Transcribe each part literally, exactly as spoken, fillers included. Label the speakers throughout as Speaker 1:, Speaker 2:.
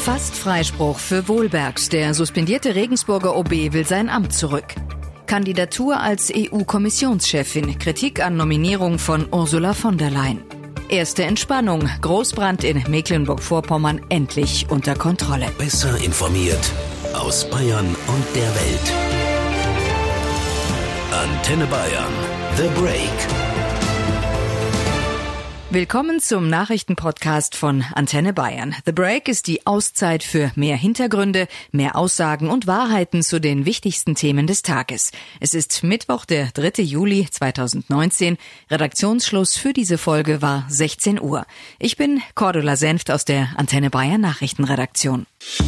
Speaker 1: Fast Freispruch für Wohlbergs. Der suspendierte Regensburger O B will sein Amt zurück. Kandidatur als E U-Kommissionschefin. Kritik an Nominierung von Ursula von der Leyen. Erste Entspannung. Großbrand in Mecklenburg-Vorpommern endlich unter Kontrolle.
Speaker 2: Besser informiert aus Bayern und der Welt. Antenne Bayern. The Break.
Speaker 1: Willkommen zum Nachrichtenpodcast von Antenne Bayern. The Break ist die Auszeit für mehr Hintergründe, mehr Aussagen und Wahrheiten zu den wichtigsten Themen des Tages. Es ist Mittwoch, der dritte Juli zweitausendneunzehn. Redaktionsschluss für diese Folge war sechzehn Uhr. Ich bin Cordula Senft aus der Antenne Bayern Nachrichtenredaktion.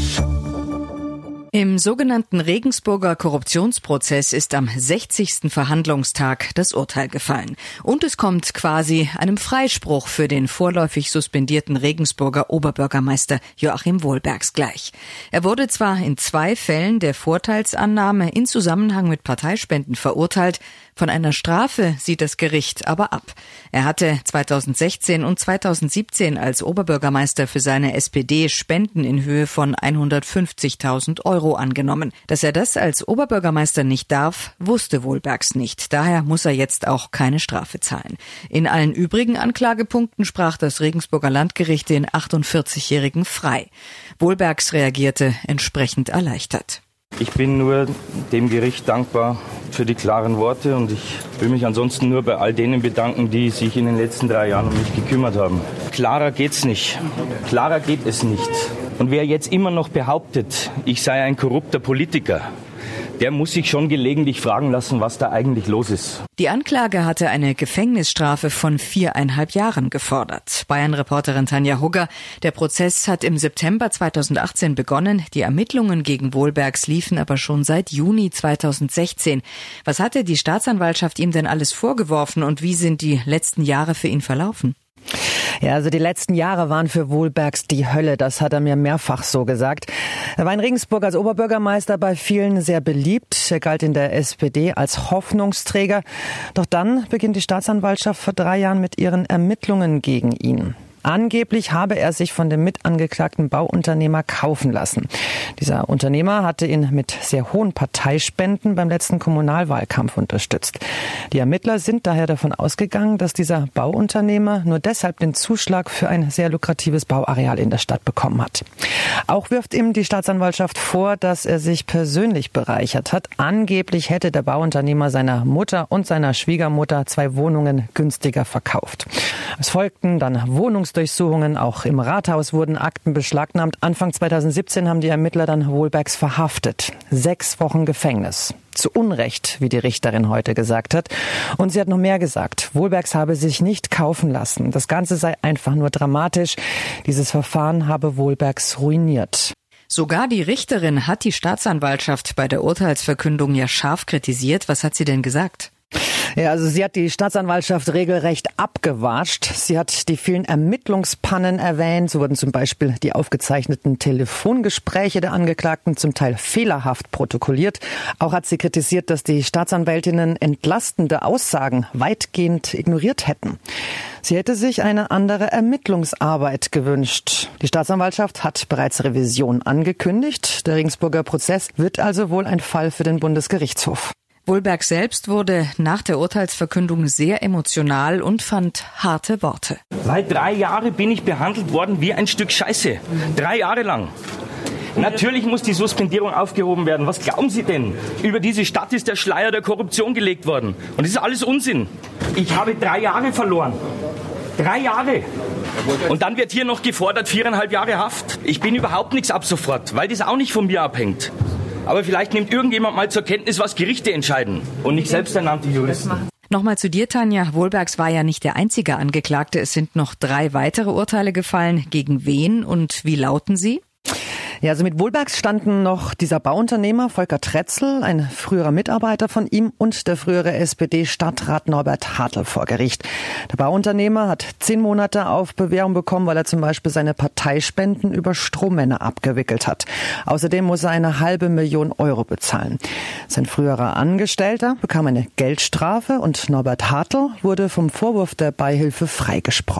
Speaker 1: Im sogenannten Regensburger Korruptionsprozess ist am sechzigsten Verhandlungstag das Urteil gefallen. Und es kommt quasi einem Freispruch für den vorläufig suspendierten Regensburger Oberbürgermeister Joachim Wohlbergs gleich. Er wurde zwar in zwei Fällen der Vorteilsannahme in Zusammenhang mit Parteispenden verurteilt, von einer Strafe sieht das Gericht aber ab. Er hatte zweitausendsechzehn und zweitausendsiebzehn als Oberbürgermeister für seine S P D Spenden in Höhe von hundertfünfzigtausend Euro angenommen. Dass er das als Oberbürgermeister nicht darf, wusste Wohlbergs nicht. Daher muss er jetzt auch keine Strafe zahlen. In allen übrigen Anklagepunkten sprach das Regensburger Landgericht den achtundvierzigjährigen frei. Wohlbergs reagierte entsprechend erleichtert.
Speaker 3: Ich bin nur dem Gericht dankbar für die klaren Worte und ich will mich ansonsten nur bei all denen bedanken, die sich in den letzten drei Jahren um mich gekümmert haben. Klarer geht's nicht. Klarer geht es nicht. Und wer jetzt immer noch behauptet, ich sei ein korrupter Politiker, der muss sich schon gelegentlich fragen lassen, was da eigentlich los ist.
Speaker 1: Die Anklage hatte eine Gefängnisstrafe von viereinhalb Jahren gefordert. Bayern-Reporterin Tanja Hugger, der Prozess hat im September zweitausendachtzehn begonnen. Die Ermittlungen gegen Wohlbergs liefen aber schon seit Juni zweitausendsechzehn. Was hatte die Staatsanwaltschaft ihm denn alles vorgeworfen und wie sind die letzten Jahre für ihn verlaufen?
Speaker 4: Ja, also die letzten Jahre waren für Wohlbergs die Hölle, das hat er mir mehrfach so gesagt. Er war in Regensburg als Oberbürgermeister bei vielen sehr beliebt. Er galt in der S P D als Hoffnungsträger. Doch dann beginnt die Staatsanwaltschaft vor drei Jahren mit ihren Ermittlungen gegen ihn. Angeblich habe er sich von dem mitangeklagten Bauunternehmer kaufen lassen. Dieser Unternehmer hatte ihn mit sehr hohen Parteispenden beim letzten Kommunalwahlkampf unterstützt. Die Ermittler sind daher davon ausgegangen, dass dieser Bauunternehmer nur deshalb den Zuschlag für ein sehr lukratives Bauareal in der Stadt bekommen hat. Auch wirft ihm die Staatsanwaltschaft vor, dass er sich persönlich bereichert hat. Angeblich hätte der Bauunternehmer seiner Mutter und seiner Schwiegermutter zwei Wohnungen günstiger verkauft. Es folgten dann Wohnungs Durchsuchungen, auch im Rathaus wurden Akten beschlagnahmt. Anfang zweitausendsiebzehn haben die Ermittler dann Wohlbergs verhaftet. Sechs Wochen Gefängnis. Zu Unrecht, wie die Richterin heute gesagt hat. Und sie hat noch mehr gesagt. Wohlbergs habe sich nicht kaufen lassen. Das Ganze sei einfach nur dramatisch. Dieses Verfahren habe Wohlbergs ruiniert.
Speaker 1: Sogar die Richterin hat die Staatsanwaltschaft bei der Urteilsverkündung ja scharf kritisiert. Was hat sie denn gesagt?
Speaker 4: Ja, also sie hat die Staatsanwaltschaft regelrecht abgewatscht. Sie hat die vielen Ermittlungspannen erwähnt. So wurden zum Beispiel die aufgezeichneten Telefongespräche der Angeklagten zum Teil fehlerhaft protokolliert. Auch hat sie kritisiert, dass die Staatsanwältinnen entlastende Aussagen weitgehend ignoriert hätten. Sie hätte sich eine andere Ermittlungsarbeit gewünscht. Die Staatsanwaltschaft hat bereits Revision angekündigt. Der Regensburger Prozess wird also wohl ein Fall für den Bundesgerichtshof.
Speaker 1: Wohlberg selbst wurde nach der Urteilsverkündung sehr emotional und fand harte Worte.
Speaker 3: Seit drei Jahren bin ich behandelt worden wie ein Stück Scheiße. Drei Jahre lang. Natürlich muss die Suspendierung aufgehoben werden. Was glauben Sie denn? Über diese Stadt ist der Schleier der Korruption gelegt worden. Und das ist alles Unsinn. Ich habe drei Jahre verloren. Drei Jahre. Und dann wird hier noch gefordert, viereinhalb Jahre Haft. Ich bin überhaupt nichts ab sofort, weil das auch nicht von mir abhängt. Aber vielleicht nimmt irgendjemand mal zur Kenntnis, was Gerichte entscheiden und nicht selbsternannte Juristen.
Speaker 1: Nochmal zu dir, Tanja. Wohlbergs war ja nicht der einzige Angeklagte. Es sind noch drei weitere Urteile gefallen. Gegen wen und wie lauten sie?
Speaker 4: Ja, also mit Wohlbergs standen noch dieser Bauunternehmer Volker Trätzl, ein früherer Mitarbeiter von ihm, und der frühere S P D-Stadtrat Norbert Hartl vor Gericht. Der Bauunternehmer hat zehn Monate auf Bewährung bekommen, weil er zum Beispiel seine Parteispenden über Strohmänner abgewickelt hat. Außerdem muss er eine halbe Million Euro bezahlen. Sein früherer Angestellter bekam eine Geldstrafe und Norbert Hartl wurde vom Vorwurf der Beihilfe freigesprochen.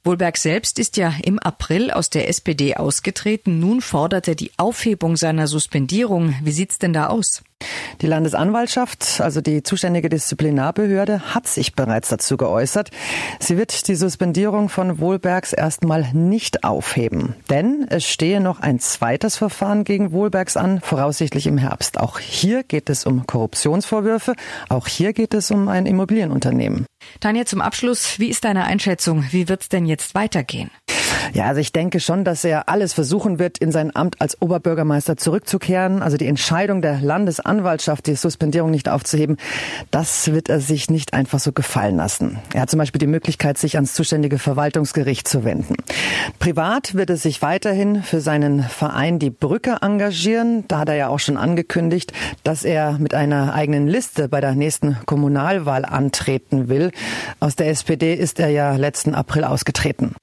Speaker 1: Wohlberg selbst ist ja im April aus der S P D ausgetreten. Nun fordert er die Aufhebung seiner Suspendierung. Wie sieht's denn da aus?
Speaker 4: Die Landesanwaltschaft, also die zuständige Disziplinarbehörde, hat sich bereits dazu geäußert. Sie wird die Suspendierung von Wohlbergs erstmal nicht aufheben. Denn es stehe noch ein zweites Verfahren gegen Wohlbergs an, voraussichtlich im Herbst. Auch hier geht es um Korruptionsvorwürfe. Auch hier geht es um ein Immobilienunternehmen.
Speaker 1: Tanja, zum Abschluss, wie ist deine Einschätzung? Wie wird's denn jetzt weitergehen?
Speaker 4: Ja, also ich denke schon, dass er alles versuchen wird, in sein Amt als Oberbürgermeister zurückzukehren. Also die Entscheidung der Landesanwaltschaft, die Suspendierung nicht aufzuheben, das wird er sich nicht einfach so gefallen lassen. Er hat zum Beispiel die Möglichkeit, sich ans zuständige Verwaltungsgericht zu wenden. Privat wird er sich weiterhin für seinen Verein Die Brücke engagieren. Da hat er ja auch schon angekündigt, dass er mit einer eigenen Liste bei der nächsten Kommunalwahl antreten will. Aus der S P D ist er ja letzten April ausgetreten.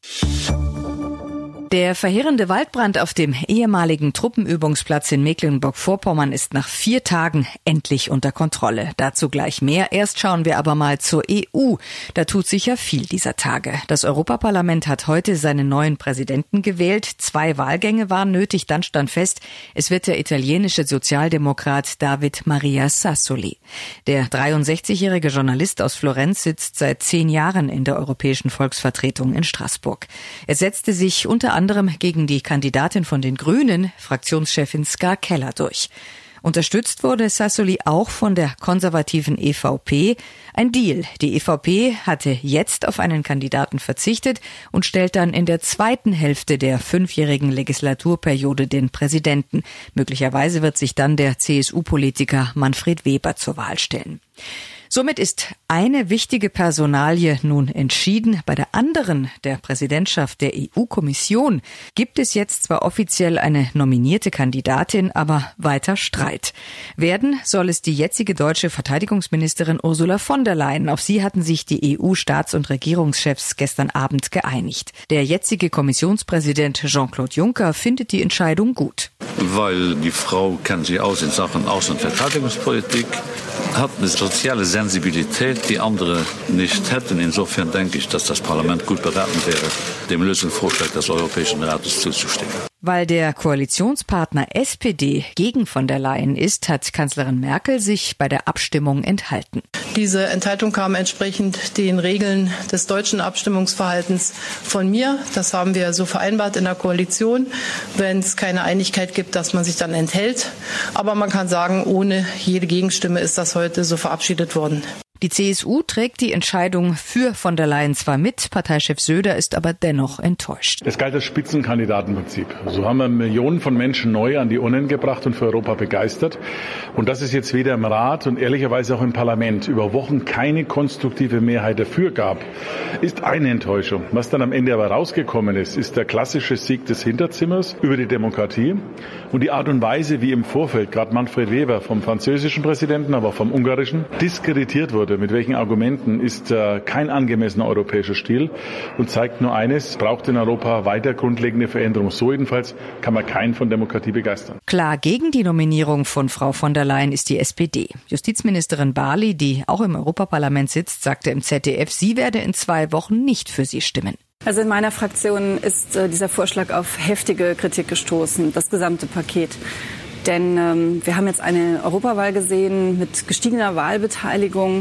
Speaker 1: Der verheerende Waldbrand auf dem ehemaligen Truppenübungsplatz in Mecklenburg-Vorpommern ist nach vier Tagen endlich unter Kontrolle. Dazu gleich mehr. Erst schauen wir aber mal zur E U. Da tut sich ja viel dieser Tage. Das Europaparlament hat heute seinen neuen Präsidenten gewählt. Zwei Wahlgänge waren nötig. Dann stand fest, es wird der italienische Sozialdemokrat David Maria Sassoli. Der dreiundsechzigjährige Journalist aus Florenz sitzt seit zehn Jahren in der Europäischen Volksvertretung in Straßburg. Er setzte sich unter anderem gegen die Kandidatin von den Grünen, Fraktionschefin Ska Keller, durch. Unterstützt wurde Sassoli auch von der konservativen E V P. Ein Deal. Die E V P hatte jetzt auf einen Kandidaten verzichtet und stellt dann in der zweiten Hälfte der fünfjährigen Legislaturperiode den Präsidenten. Möglicherweise wird sich dann der C S U-Politiker Manfred Weber zur Wahl stellen. Somit ist eine wichtige Personalie nun entschieden. Bei der anderen, der Präsidentschaft der E U-Kommission, gibt es jetzt zwar offiziell eine nominierte Kandidatin, aber weiter Streit. Werden soll es die jetzige deutsche Verteidigungsministerin Ursula von der Leyen. Auf sie hatten sich die E U-Staats- und Regierungschefs gestern Abend geeinigt. Der jetzige Kommissionspräsident Jean-Claude Juncker findet die Entscheidung gut.
Speaker 5: Weil die Frau kennt sich aus in Sachen Außen- und Verteidigungspolitik, hat eine soziale Sensibilität, die andere nicht hätten. Insofern denke ich, dass das Parlament gut beraten wäre, dem Lösungsvorschlag des Europäischen Rates zuzustimmen.
Speaker 1: Weil der Koalitionspartner S P D gegen von der Leyen ist, hat Kanzlerin Merkel sich bei der Abstimmung enthalten.
Speaker 6: Diese Enthaltung kam entsprechend den Regeln des deutschen Abstimmungsverhaltens von mir. Das haben wir so vereinbart in der Koalition. Wenn es keine Einigkeit gibt, dass man sich dann enthält. Aber man kann sagen, ohne jede Gegenstimme ist das heute so verabschiedet worden.
Speaker 1: Die C S U trägt die Entscheidung für von der Leyen zwar mit, Parteichef Söder ist aber dennoch enttäuscht.
Speaker 7: Es galt das Spitzenkandidatenprinzip. So haben wir Millionen von Menschen neu an die Urnen gebracht und für Europa begeistert. Und dass es jetzt weder im Rat und ehrlicherweise auch im Parlament über Wochen keine konstruktive Mehrheit dafür gab, ist eine Enttäuschung. Was dann am Ende aber rausgekommen ist, ist der klassische Sieg des Hinterzimmers über die Demokratie und die Art und Weise, wie im Vorfeld gerade Manfred Weber vom französischen Präsidenten, aber auch vom ungarischen, diskreditiert wurde. Mit welchen Argumenten ist äh, kein angemessener europäischer Stil und zeigt nur eines, braucht in Europa weiter grundlegende Veränderungen. So jedenfalls kann man keinen von Demokratie begeistern.
Speaker 1: Klar gegen die Nominierung von Frau von der Leyen ist die S P D. Justizministerin Barley, die auch im Europaparlament sitzt, sagte im Z D F, sie werde in zwei Wochen nicht für sie stimmen.
Speaker 8: Also in meiner Fraktion ist äh, dieser Vorschlag auf heftige Kritik gestoßen, das gesamte Paket. Denn ähm, wir haben jetzt eine Europawahl gesehen mit gestiegener Wahlbeteiligung,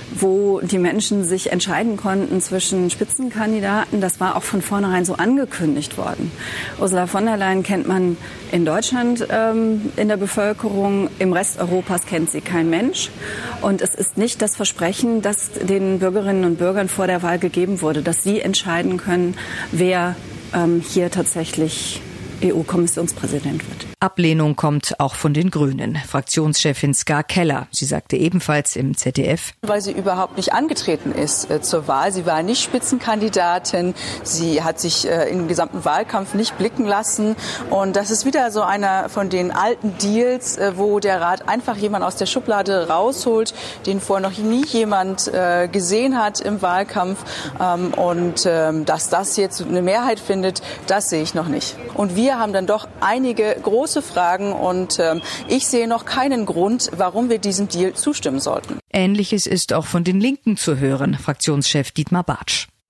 Speaker 8: wo die Menschen sich entscheiden konnten zwischen Spitzenkandidaten. Das war auch von vornherein so angekündigt worden. Ursula von der Leyen kennt man in Deutschland ähm, in der Bevölkerung. Im Rest Europas kennt sie kein Mensch. Und es ist nicht das Versprechen, das den Bürgerinnen und Bürgern vor der Wahl gegeben wurde, dass sie entscheiden können, wer ähm, hier tatsächlich E U-Kommissionspräsident wird.
Speaker 1: Ablehnung kommt auch von den Grünen. Fraktionschefin Ska Keller. Sie sagte ebenfalls im Z D F,
Speaker 9: weil sie überhaupt nicht angetreten ist äh, zur Wahl. Sie war nicht Spitzenkandidatin. Sie hat sich äh, im gesamten Wahlkampf nicht blicken lassen. Und das ist wieder so einer von den alten Deals, äh, wo der Rat einfach jemand aus der Schublade rausholt, den vorher noch nie jemand äh, gesehen hat im Wahlkampf. Ähm, und ähm, dass das jetzt eine Mehrheit findet, das sehe ich noch nicht. Und wir haben dann doch einige große Fragen und ähm, ich sehe noch keinen Grund, warum wir diesem Deal zustimmen sollten.
Speaker 1: Ähnliches ist auch von den Linken zu hören, Fraktionschef Dietmar Bartsch.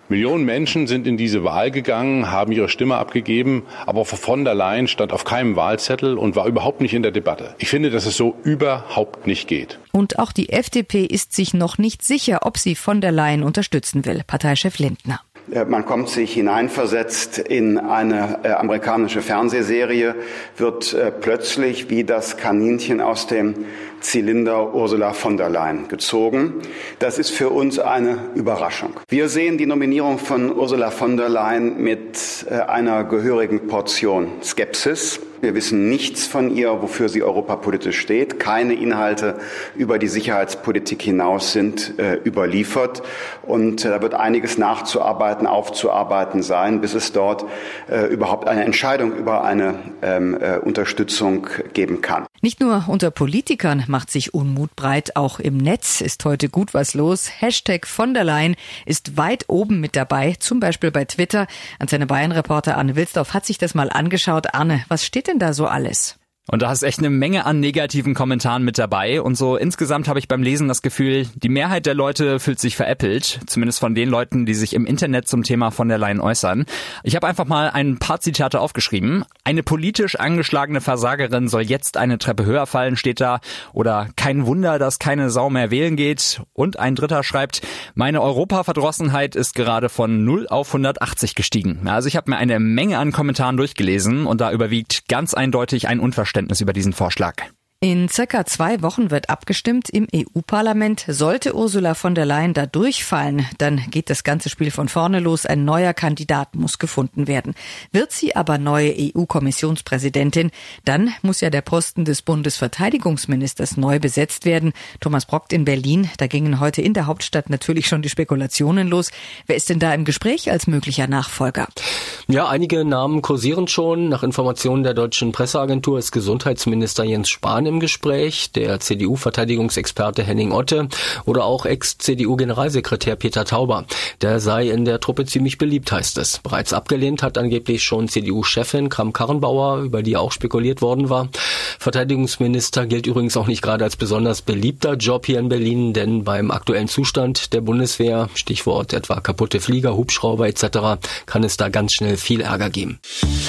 Speaker 10: Millionen Menschen sind in diese Wahl gegangen, haben ihre Stimme abgegeben, aber Frau von der Leyen stand auf keinem Wahlzettel und war überhaupt nicht in der Debatte. Ich finde, dass es so überhaupt nicht geht.
Speaker 1: Und auch die F D P ist sich noch nicht sicher, ob sie von der Leyen unterstützen will. Parteichef Lindner.
Speaker 11: Man kommt sich hineinversetzt in eine äh, amerikanische Fernsehserie, wird äh, plötzlich wie das Kaninchen aus dem Zylinder Ursula von der Leyen gezogen. Das ist für uns eine Überraschung. Wir sehen die Nominierung von Ursula von der Leyen mit äh, einer gehörigen Portion Skepsis. Wir wissen nichts von ihr, wofür sie europapolitisch steht. Keine Inhalte über die Sicherheitspolitik hinaus sind äh, überliefert. Und äh, da wird einiges nachzuarbeiten, aufzuarbeiten sein, bis es dort äh, überhaupt eine Entscheidung über eine ähm, äh, Unterstützung geben kann.
Speaker 1: Nicht nur unter Politikern macht sich Unmut breit, auch im Netz ist heute gut was los. Hashtag von der Leyen ist weit oben mit dabei, zum Beispiel bei Twitter. Antenne Bayern-Reporter Arne Wilsdorf hat sich das mal angeschaut. Arne, was steht denn da so alles?
Speaker 12: Und da ist echt eine Menge an negativen Kommentaren mit dabei. Und so insgesamt habe ich beim Lesen das Gefühl, die Mehrheit der Leute fühlt sich veräppelt. Zumindest von den Leuten, die sich im Internet zum Thema von der Leyen äußern. Ich habe einfach mal ein paar Zitate aufgeschrieben. Eine politisch angeschlagene Versagerin soll jetzt eine Treppe höher fallen, steht da. Oder kein Wunder, dass keine Sau mehr wählen geht. Und ein Dritter schreibt, meine Europaverdrossenheit ist gerade von null auf hundertachtzig gestiegen. Also ich habe mir eine Menge an Kommentaren durchgelesen und da überwiegt ganz eindeutig ein Unverständnis über diesen Vorschlag.
Speaker 1: In circa zwei Wochen wird abgestimmt im E U-Parlament. Sollte Ursula von der Leyen da durchfallen, dann geht das ganze Spiel von vorne los. Ein neuer Kandidat muss gefunden werden. Wird sie aber neue E U-Kommissionspräsidentin, dann muss ja der Posten des Bundesverteidigungsministers neu besetzt werden. Thomas Brockt in Berlin, da gingen heute in der Hauptstadt natürlich schon die Spekulationen los. Wer ist denn da im Gespräch als möglicher Nachfolger?
Speaker 13: Ja, einige Namen kursieren schon. Nach Informationen der deutschen Presseagentur ist Gesundheitsminister Jens Spahn im Gespräch, der C D U-Verteidigungsexperte Henning Otte oder auch Ex-C D U-Generalsekretär Peter Tauber. Der sei in der Truppe ziemlich beliebt, heißt es. Bereits abgelehnt hat angeblich schon C D U-Chefin Kramp-Karrenbauer, über die auch spekuliert worden war. Verteidigungsminister gilt übrigens auch nicht gerade als besonders beliebter Job hier in Berlin, denn beim aktuellen Zustand der Bundeswehr, Stichwort etwa kaputte Flieger, Hubschrauber et cetera, kann es da ganz schnell viel Ärger geben.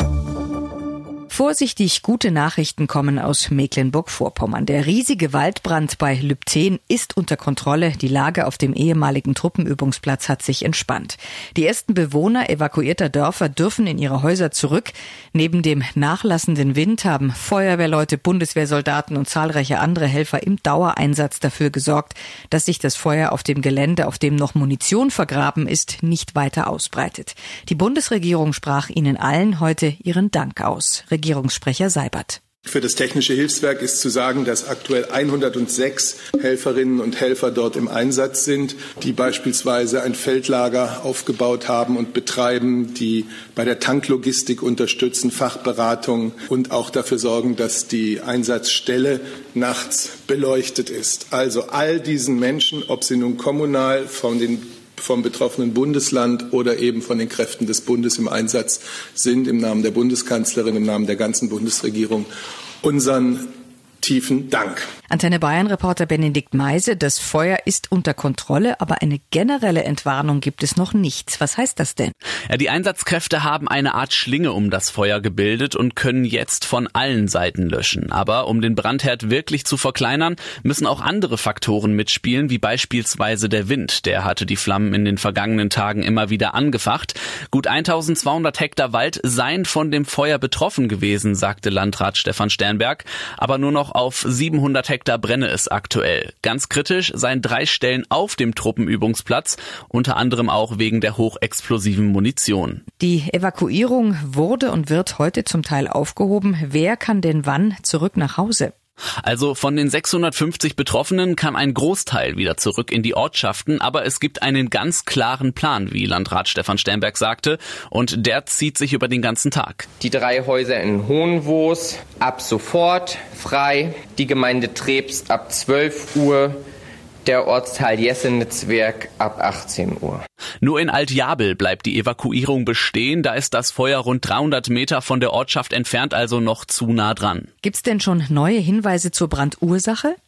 Speaker 1: Vorsichtig, gute Nachrichten kommen aus Mecklenburg-Vorpommern. Der riesige Waldbrand bei Lübten ist unter Kontrolle. Die Lage auf dem ehemaligen Truppenübungsplatz hat sich entspannt. Die ersten Bewohner evakuierter Dörfer dürfen in ihre Häuser zurück. Neben dem nachlassenden Wind haben Feuerwehrleute, Bundeswehrsoldaten und zahlreiche andere Helfer im Dauereinsatz dafür gesorgt, dass sich das Feuer auf dem Gelände, auf dem noch Munition vergraben ist, nicht weiter ausbreitet. Die Bundesregierung sprach ihnen allen heute ihren Dank aus. Regierungssprecher Seibert.
Speaker 14: Für das Technische Hilfswerk ist zu sagen, dass aktuell hundertsechs Helferinnen und Helfer dort im Einsatz sind, die beispielsweise ein Feldlager aufgebaut haben und betreiben, die bei der Tanklogistik unterstützen, Fachberatung und auch dafür sorgen, dass die Einsatzstelle nachts beleuchtet ist. Also all diesen Menschen, ob sie nun kommunal von den vom betroffenen Bundesland oder eben von den Kräften des Bundes im Einsatz sind, im Namen der Bundeskanzlerin, im Namen der ganzen Bundesregierung, unseren tiefen Dank.
Speaker 1: Antenne Bayern-Reporter Benedikt Meise, das Feuer ist unter Kontrolle, aber eine generelle Entwarnung gibt es noch nicht. Was heißt das denn?
Speaker 15: Ja, die Einsatzkräfte haben eine Art Schlinge um das Feuer gebildet und können jetzt von allen Seiten löschen. Aber um den Brandherd wirklich zu verkleinern, müssen auch andere Faktoren mitspielen, wie beispielsweise der Wind. Der hatte die Flammen in den vergangenen Tagen immer wieder angefacht. Gut eintausendzweihundert Hektar Wald seien von dem Feuer betroffen gewesen, sagte Landrat Stefan Sternberg. Aber nur noch auf siebenhundert Hektar brenne es aktuell. Ganz kritisch seien drei Stellen auf dem Truppenübungsplatz, unter anderem auch wegen der hochexplosiven Munition.
Speaker 1: Die Evakuierung wurde und wird heute zum Teil aufgehoben. Wer kann denn wann zurück nach Hause?
Speaker 15: Also von den sechshundertfünfzig Betroffenen kann ein Großteil wieder zurück in die Ortschaften, aber es gibt einen ganz klaren Plan, wie Landrat Stefan Sternberg sagte, und der zieht sich über den ganzen Tag.
Speaker 16: Die drei Häuser in Hohenwoos ab sofort frei, die Gemeinde Trebs ab zwölf Uhr, der Ortsteil Jesenitzwerk ab achtzehn Uhr.
Speaker 15: Nur in Altjabel bleibt die Evakuierung bestehen. Da ist das Feuer rund dreihundert Meter von der Ortschaft entfernt, also noch zu nah dran.
Speaker 1: Gibt's denn schon neue Hinweise zur Brandursache?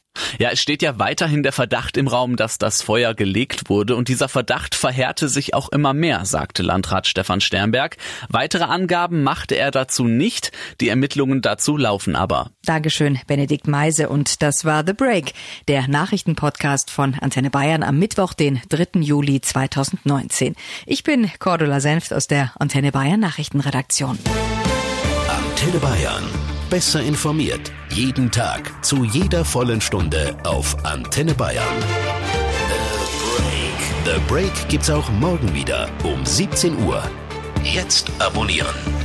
Speaker 15: Ja, es steht ja weiterhin der Verdacht im Raum, dass das Feuer gelegt wurde und dieser Verdacht verhärte sich auch immer mehr, sagte Landrat Stefan Sternberg. Weitere Angaben machte er dazu nicht, die Ermittlungen dazu laufen aber.
Speaker 1: Dankeschön, Benedikt Meise, und das war The Break, der Nachrichtenpodcast von Antenne Bayern am Mittwoch, den dritten Juli zweitausendneunzehn. Ich bin Cordula Senft aus der Antenne Bayern Nachrichtenredaktion.
Speaker 2: Antenne Bayern. Besser informiert. Jeden Tag. Zu jeder vollen Stunde auf Antenne Bayern. The Break. The Break gibt's auch morgen wieder um siebzehn Uhr. Jetzt abonnieren.